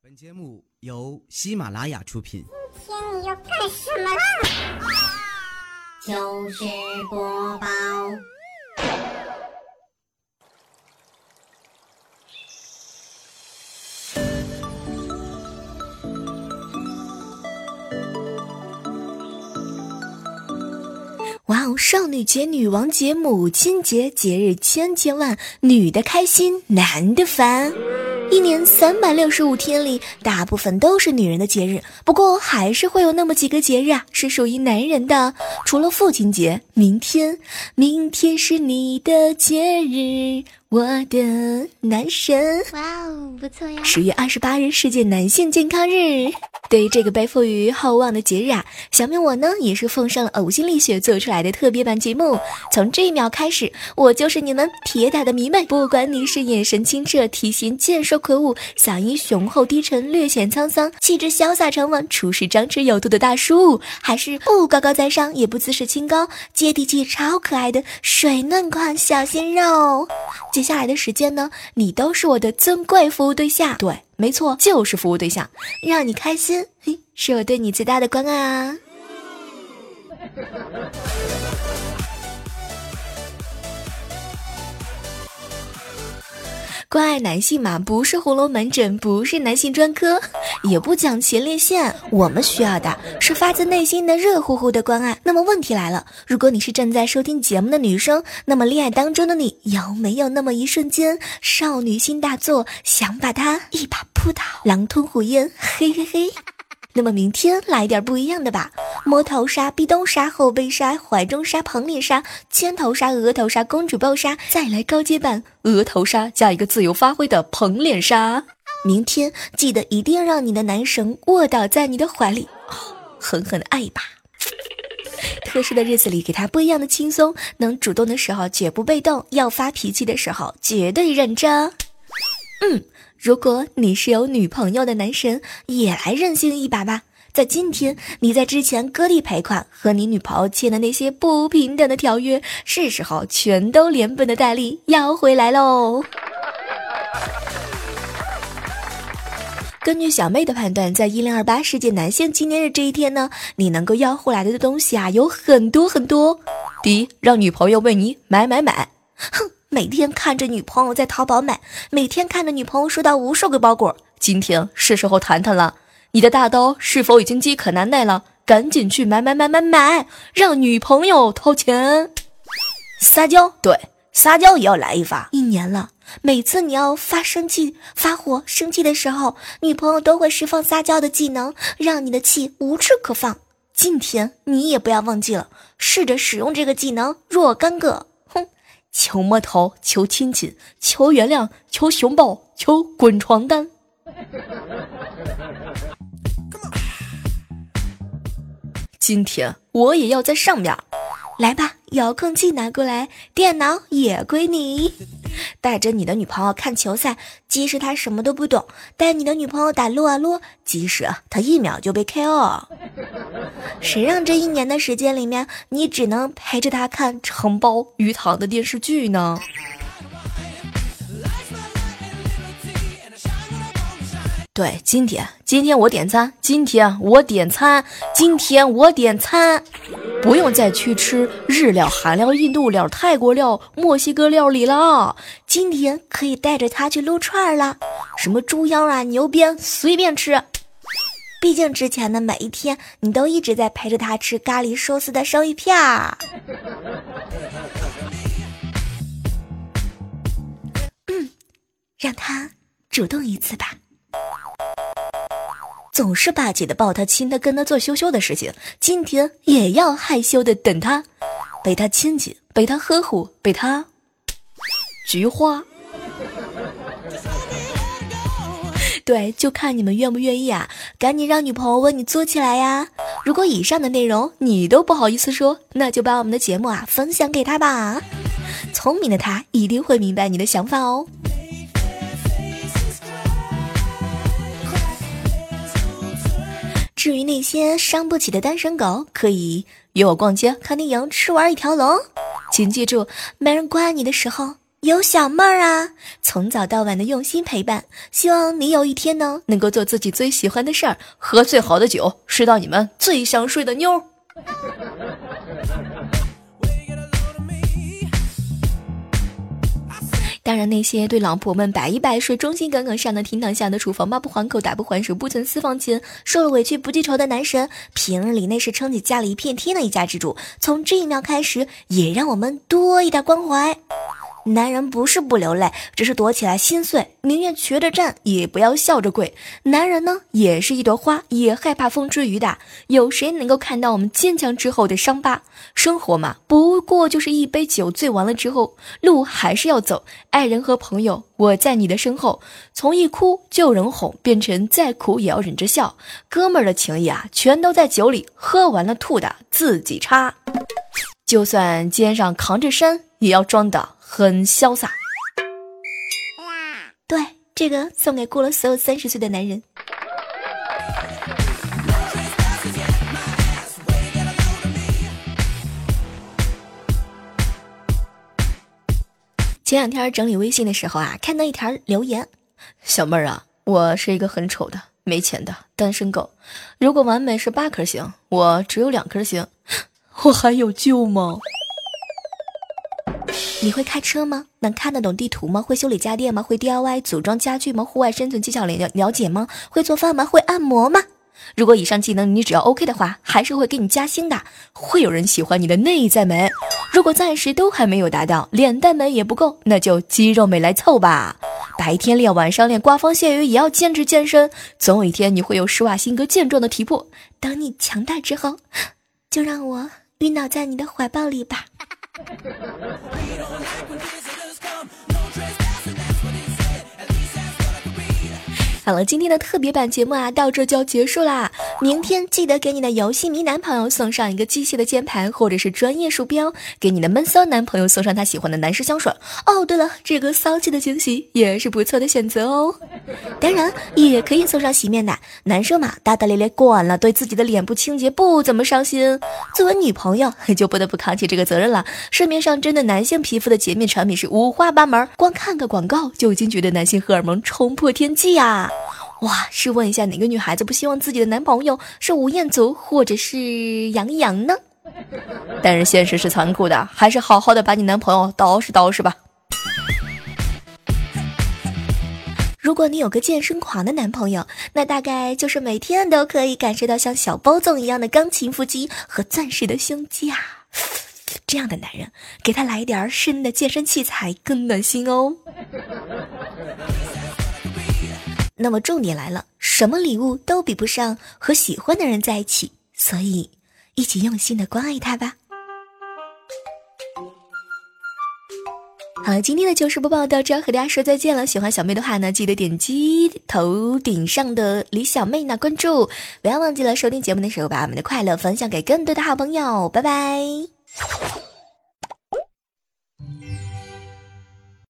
本节目由喜马拉雅出品。 今天你要干什么啦？ 糗事播报。 哇哦！少女节、女王节、母亲节，节日千千万，女的开心，男的烦。一年365天里，大部分都是女人的节日，不过还是会有那么几个节日啊，是属于男人的。除了父亲节，明天是你的节日，我的男神。 哇哦，不错呀 ！10月28日，世界男性健康日。对于这个被赋予厚望的节日啊，小明我呢也是奉上了呕心沥血做出来的特别版节目。从这一秒开始，我就是你们铁打的迷妹。不管你是眼神清澈、体型健硕魁梧、嗓音雄厚低沉、略显沧桑、气质潇洒沉稳、处事张弛有度的大叔，还是不高高在上也不自视清高、接地气超可爱的水嫩款小鲜肉，接下来的时间呢，你都是我的尊贵服务对象。对，没错，就是服务对象，让你开心，是我对你最大的关爱啊。关爱男性嘛，不是红楼门诊，不是男性专科，也不讲前列腺，我们需要的是发自内心的热乎乎的关爱。那么问题来了，如果你是正在收听节目的女生，那么恋爱当中的你有没有那么一瞬间少女心大作，想把它一把扑倒，狼吞虎咽，嘿嘿嘿。那么明天来点不一样的吧，摸头杀、壁咚杀、后背杀、怀中杀、捧脸杀、肩头杀、额头杀、公主抱杀，再来高阶版额头杀加一个自由发挥的捧脸杀。明天记得一定让你的男神卧倒在你的怀里，狠狠的爱一把。特殊的日子里给他不一样的轻松，能主动的时候绝不被动，要发脾气的时候绝对认真。如果你是有女朋友的男神，也来任性一把吧。在今天，你在之前割地赔款和你女朋友签的那些不平等的条约，是时候全都连本的带利要回来喽。根据小妹的判断，在1028世界男性纪念日这一天呢，你能够要回来的东西啊有很多很多。第一，让女朋友为你买。哼，每天看着女朋友在淘宝买，每天看着女朋友收到无数个包裹，今天是时候谈谈了，你的大刀是否已经饥渴难耐了？赶紧去买，让女朋友掏钱。撒娇，对，撒娇也要来一发。1年了，每次你要发火生气的时候，女朋友都会释放撒娇的技能，让你的气无处可放。今天你也不要忘记了，试着使用这个技能若干个。求摸头，求亲亲，求原谅，求熊抱，求滚床单。今天我也要在上面。来吧，遥控器拿过来，电脑也归你。带着你的女朋友看球赛，即使她什么都不懂；带你的女朋友打撸啊撸，即使她1秒就被 KO。谁让这1年的时间里面，你只能陪着她看承包鱼塘的电视剧呢？对，今天我点餐，今天我点餐，不用再去吃日料、韩料、印度料、泰国料、墨西哥料理了。今天可以带着他去撸串了，什么猪腰啊、牛鞭随便吃。毕竟之前的每一天，你都一直在陪着他吃咖喱寿司的生鱼片。让他主动一次吧。总是霸气的抱他亲他跟他做羞羞的事情，今天也要害羞的等他，被他亲亲，被他呵护，被他菊花。对，就看你们愿不愿意啊！赶紧让女朋友为你做起来呀！如果以上的内容你都不好意思说，那就把我们的节目啊分享给他吧。聪明的他一定会明白你的想法哦。至于那些伤不起的单身狗，可以约我逛街、看电影、吃完一条龙。请记住，没人关爱你的时候， 有小妹儿啊，从早到晚的用心陪伴，希望你有一天呢能够做自己最喜欢的事儿，喝最好的酒，睡到你们最想睡的妞。当然，那些对老婆们百依百顺、忠心耿耿、上得厅堂下的厨房、骂不还口、打不还手、不曾私房钱、受了委屈不记仇的男神，平日里那是撑起家里一片天的一家之主，从这一秒开始也让我们多一点关怀。男人不是不流泪，只是躲起来心碎，宁愿瘸着站也不要笑着跪。男人呢也是一朵花，也害怕风吹雨打，有谁能够看到我们坚强之后的伤疤？生活嘛，不过就是一杯酒醉完了之后，路还是要走。爱人和朋友，我在你的身后，从一哭就人哄变成再苦也要忍着笑。哥们儿的情谊啊，全都在酒里，喝完了吐的自己擦。就算肩上扛着山，也要装的很潇洒。对，这个送给过了所有30岁的男人。前两天整理微信的时候啊，看到一条留言：小妹儿啊，我是一个很丑的、没钱的单身狗，如果完美是8颗星，我只有2颗星，我还有救吗？你会开车吗？能看得懂地图吗？会修理家电吗？会 DIY 组装家具吗？户外生存技巧了解吗？会做饭吗？会按摩吗？如果以上技能你只要 OK 的话，还是会给你加薪的。会有人喜欢你的内在美，如果暂时都还没有达到，脸蛋美也不够，那就肌肉美来凑吧。白天练，晚上练，刮风下雨也要坚持健身，总有一天你会有施瓦辛格健壮的体魄。等你强大之后，就让我晕倒在你的怀抱里吧。好了，今天的特别版节目啊，到这就要结束啦。明天记得给你的游戏迷男朋友送上一个机械的键盘或者是专业鼠标，给你的闷骚男朋友送上他喜欢的男士香水。哦，对了，这个骚气的惊喜也是不错的选择哦。当然也可以送上洗面奶，男生嘛，大大咧咧惯了，对自己的脸部清洁不怎么上心。作为女朋友，就不得不扛起这个责任了。市面上针对男性皮肤的洁面产品是五花八门，光看个广告就已经觉得男性荷尔蒙冲破天际啊！哇，试问一下，哪个女孩子不希望自己的男朋友是吴彦祖或者是杨一洋呢？但是现实是残酷的，还是好好的把你男朋友捯饬捯饬吧。如果你有个健身狂的男朋友，那大概就是每天都可以感受到像小包粽一样的钢琴腹肌和钻石的胸肌啊！这样的男人，给他来一点深的健身器材更暖心哦。那么重点来了，什么礼物都比不上和喜欢的人在一起，所以一起用心的关爱他吧。好，今天的糗事播报到这，和大家说再见了。喜欢小妹的话呢，记得点击头顶上的李小妹呢关注，不要忘记了收听节目的时候把我们的快乐分享给更多的好朋友，拜拜。